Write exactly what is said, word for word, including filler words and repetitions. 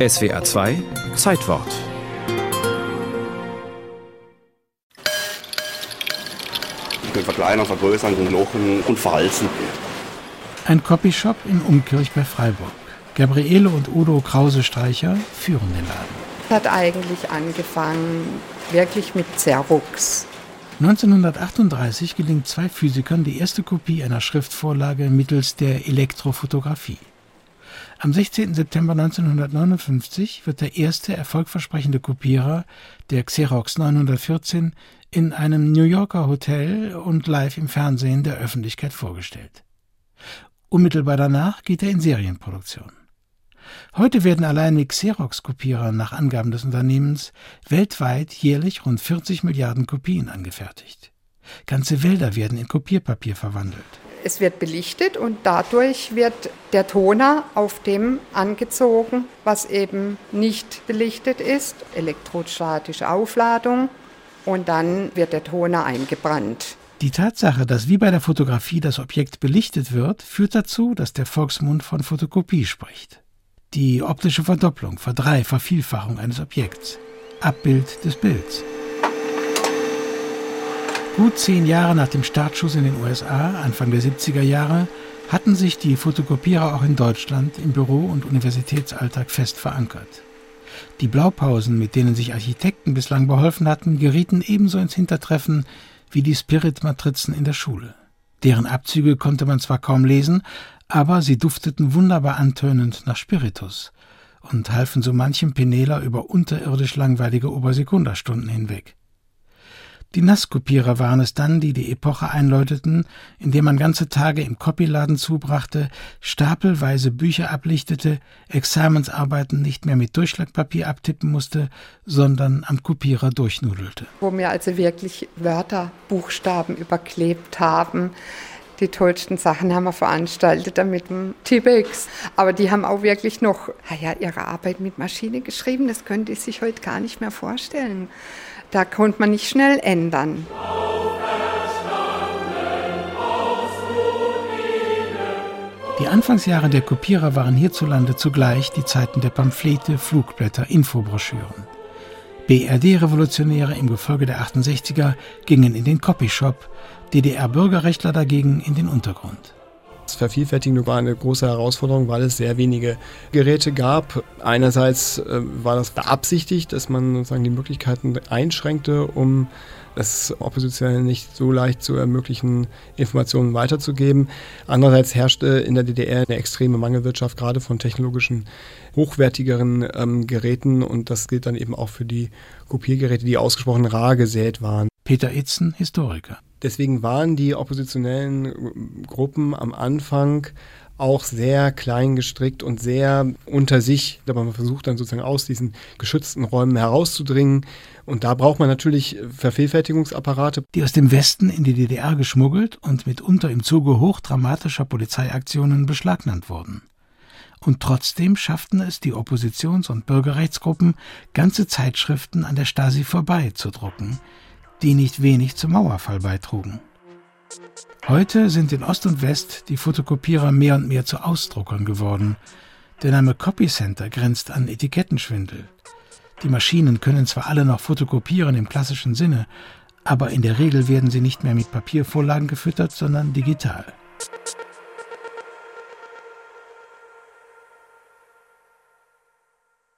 S W R zwei Zeitwort. Wir verkleinern, vergrößern, lochen und verhalsen. Ein Copyshop in Umkirch bei Freiburg. Gabriele und Udo Krause-Streicher führen den Laden. Es hat eigentlich angefangen wirklich mit Xerox. neunzehnhundertachtunddreißig gelingt zwei Physikern die erste Kopie einer Schriftvorlage mittels der Elektrophotographie. Am sechzehnten September neunzehnhundertneunundfünfzig wird der erste erfolgversprechende Kopierer, der Xerox neunhundertvierzehn, in einem New Yorker Hotel und live im Fernsehen der Öffentlichkeit vorgestellt. Unmittelbar danach geht er in Serienproduktion. Heute werden allein mit Xerox-Kopierern nach Angaben des Unternehmens weltweit jährlich rund vierzig Milliarden Kopien angefertigt. Ganze Wälder werden in Kopierpapier verwandelt. Es wird belichtet und dadurch wird der Toner auf dem angezogen, was eben nicht belichtet ist. Elektrostatische Aufladung und dann wird der Toner eingebrannt. Die Tatsache, dass wie bei der Fotografie das Objekt belichtet wird, führt dazu, dass der Volksmund von Fotokopie spricht. Die optische Verdopplung, Verdrei-, Vervielfachung eines Objekts. Abbild des Bilds. Gut zehn Jahre nach dem Startschuss in den U S A, Anfang der siebziger Jahre, hatten sich die Fotokopierer auch in Deutschland im Büro- und Universitätsalltag fest verankert. Die Blaupausen, mit denen sich Architekten bislang beholfen hatten, gerieten ebenso ins Hintertreffen wie die Spirit-Matrizen in der Schule. Deren Abzüge konnte man zwar kaum lesen, aber sie dufteten wunderbar antönend nach Spiritus und halfen so manchem Penneler über unterirdisch langweilige Obersekunderstunden hinweg. Die Nasskopierer waren es dann, die die Epoche einläuteten, indem man ganze Tage im Copyladen zubrachte, stapelweise Bücher ablichtete, Examensarbeiten nicht mehr mit Durchschlagpapier abtippen musste, sondern am Kopierer durchnudelte. Wo wir also wirklich Wörter, Buchstaben überklebt haben. Die tollsten Sachen haben wir veranstaltet mit dem Tipex. Aber die haben auch wirklich noch ja, ihre Arbeit mit Maschine geschrieben. Das könnte ich sich heute gar nicht mehr vorstellen. Da konnte man nicht schnell ändern. Die Anfangsjahre der Kopierer waren hierzulande zugleich die Zeiten der Pamphlete, Flugblätter, Infobroschüren. B R D-Revolutionäre im Gefolge der achtundsechziger gingen in den Copyshop, D D R-Bürgerrechtler dagegen in den Untergrund. Das Vervielfältigen war eine große Herausforderung, weil es sehr wenige Geräte gab. Einerseits äh, war das beabsichtigt, dass man sozusagen die Möglichkeiten einschränkte, um es Oppositionellen nicht so leicht zu ermöglichen, Informationen weiterzugeben. Andererseits herrschte in der D D R eine extreme Mangelwirtschaft, gerade von technologischen, hochwertigeren ähm, Geräten. Und das gilt dann eben auch für die Kopiergeräte, die ausgesprochen rar gesät waren. Peter Itzen, Historiker. Deswegen waren die oppositionellen Gruppen am Anfang auch sehr klein gestrickt und sehr unter sich, aber man versucht dann sozusagen aus diesen geschützten Räumen herauszudringen. Und da braucht man natürlich Vervielfältigungsapparate. Die aus dem Westen in die D D R geschmuggelt und mitunter im Zuge hochdramatischer Polizeiaktionen beschlagnahmt wurden. Und trotzdem schafften es die Oppositions- und Bürgerrechtsgruppen, ganze Zeitschriften an der Stasi vorbei zu drucken, die nicht wenig zum Mauerfall beitrugen. Heute sind in Ost und West die Fotokopierer mehr und mehr zu Ausdruckern geworden. Der Name Copycenter grenzt an Etikettenschwindel. Die Maschinen können zwar alle noch fotokopieren im klassischen Sinne, aber in der Regel werden sie nicht mehr mit Papiervorlagen gefüttert, sondern digital.